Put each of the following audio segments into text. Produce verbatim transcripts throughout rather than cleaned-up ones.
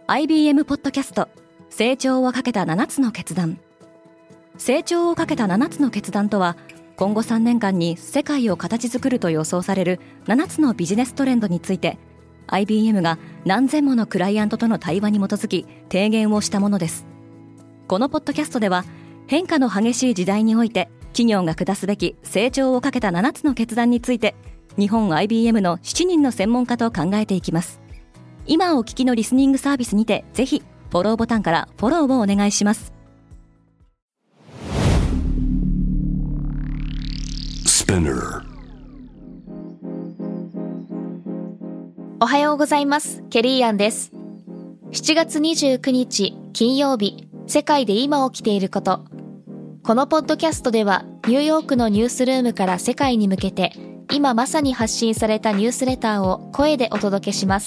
アイビーエム ポッドキャスト成長をかけたななつの決断。成長をかけたななつの決断とは、今後さんねんかんに世界を形作ると予想されるななつのビジネストレンドについて アイビーエム が何千ものクライアントとの対話に基づき提言をしたものです。このポッドキャストでは、変化の激しい時代において企業が下すべき成長をかけたななつの決断について、日本 アイビーエム のしちにんの専門家と考えていきます。今お聞きのリスニングサービスにて、ぜひフォローボタンからフォローをお願いします。 おはようございます。ケリーアンです。しちがつにじゅうくにち金曜日、世界で今起きていること。このポッドキャストでは、ニューヨークのニュースルームから世界に向けて、今まさに発信されたニュースレターを声でお届けします。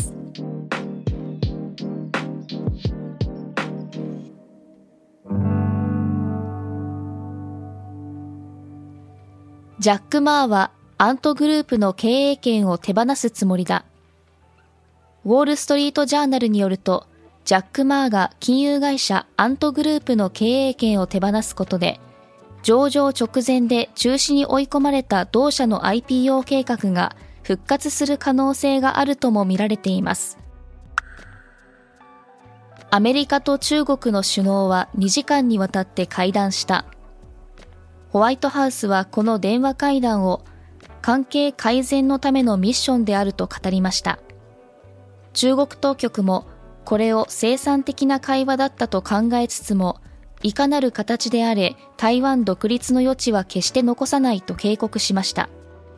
ジャック・マーはアントグループの経営権を手放すつもりだ。ウォール・ストリート・ジャーナルによると、ジャック・マーが金融会社アントグループの経営権を手放すことで、上場直前で中止に追い込まれた同社の アイピーオー 計画が復活する可能性があるとも見られています。アメリカと中国の首脳はにじかんにわたって会談した。ホワイトハウスはこの電話会談を関係改善のためのミッションであると語りました。中国当局もこれを生産的な会話だったと考えつつも、いかなる形であれ台湾独立の余地は決して残さないと警告しました。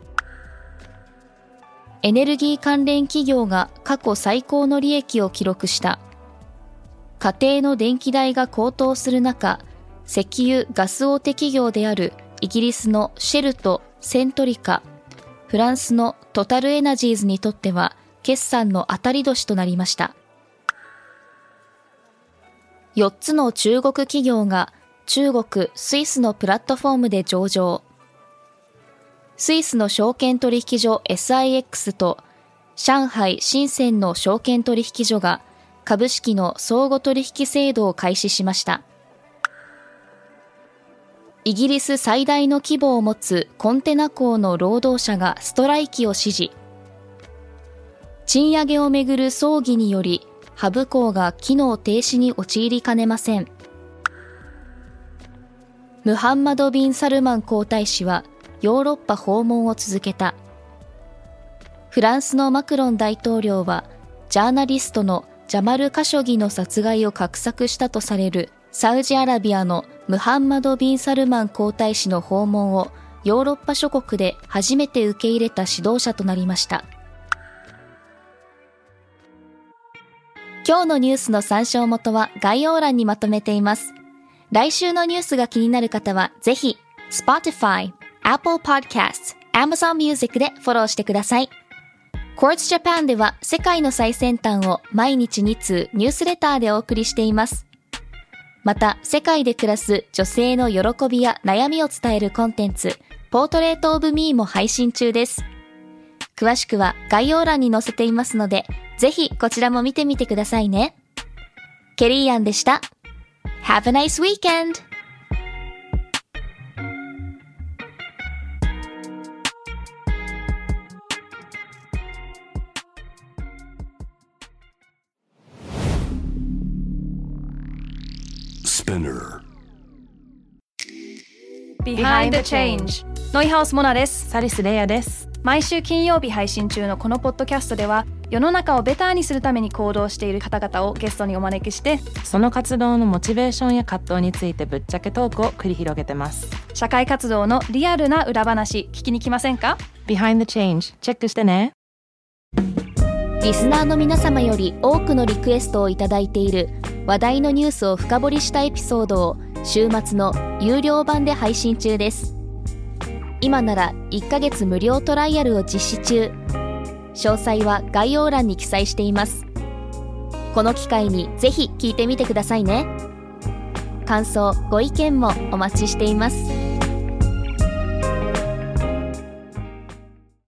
エネルギー関連企業が過去最高の利益を記録した。家庭の電気代が高騰する中、石油・ガス大手企業であるイギリスのシェルとセントリカ、フランスのトタルエナジーズにとっては決算の当たり年となりました。よっつの中国企業が中国・スイスのプラットフォームで上場。スイスの証券取引所 エスアイエックス と上海・深センの証券取引所が株式の相互取引制度を開始しました。イギリス最大の規模を持つコンテナ港の労働者がストライキを指示。賃上げをめぐる争議により、ハブ港が機能停止に陥りかねません。ムハンマド・ビン・サルマン皇太子はヨーロッパ訪問を続けた。フランスのマクロン大統領は、ジャーナリストのジャマル・カショギの殺害を画策したとされるサウジアラビアのムハンマド・ビン・サルマン皇太子の訪問をヨーロッパ諸国で初めて受け入れた指導者となりました。今日のニュースの参照元は概要欄にまとめています。来週のニュースが気になる方はぜひ Spotify、Apple Podcasts、Amazon Music でフォローしてください。Quartz Japan では世界の最先端を毎日に通ニュースレターでお送りしています。また、世界で暮らす女性の喜びや悩みを伝えるコンテンツ、ポートレートオブミーも配信中です。詳しくは概要欄に載せていますので、ぜひこちらも見てみてくださいね。ケリーアンでした。Have a nice weekend! Behind the Change ノイハウスモナです。 サリスレイヤです。 毎週金曜日配信中のこのポッドキャストでは、世の中をベターにするために行動している方々をゲストにお招きして、 その活動のモチベーションや葛藤についてぶっちゃけトークを繰り広げてます。 社会活動のリアルな裏話聞きに来ませんか？ Behind the Change チェックしてね。 リスナーの皆様より多くのリクエストをいただいている話題のニュースを深掘りしたエピソードを週末の有料版で配信中です。今ならいっかげつ無料トライアルを実施中。詳細は概要欄に記載しています。この機会にぜひ聞いてみてくださいね。感想、ご意見もお待ちしています。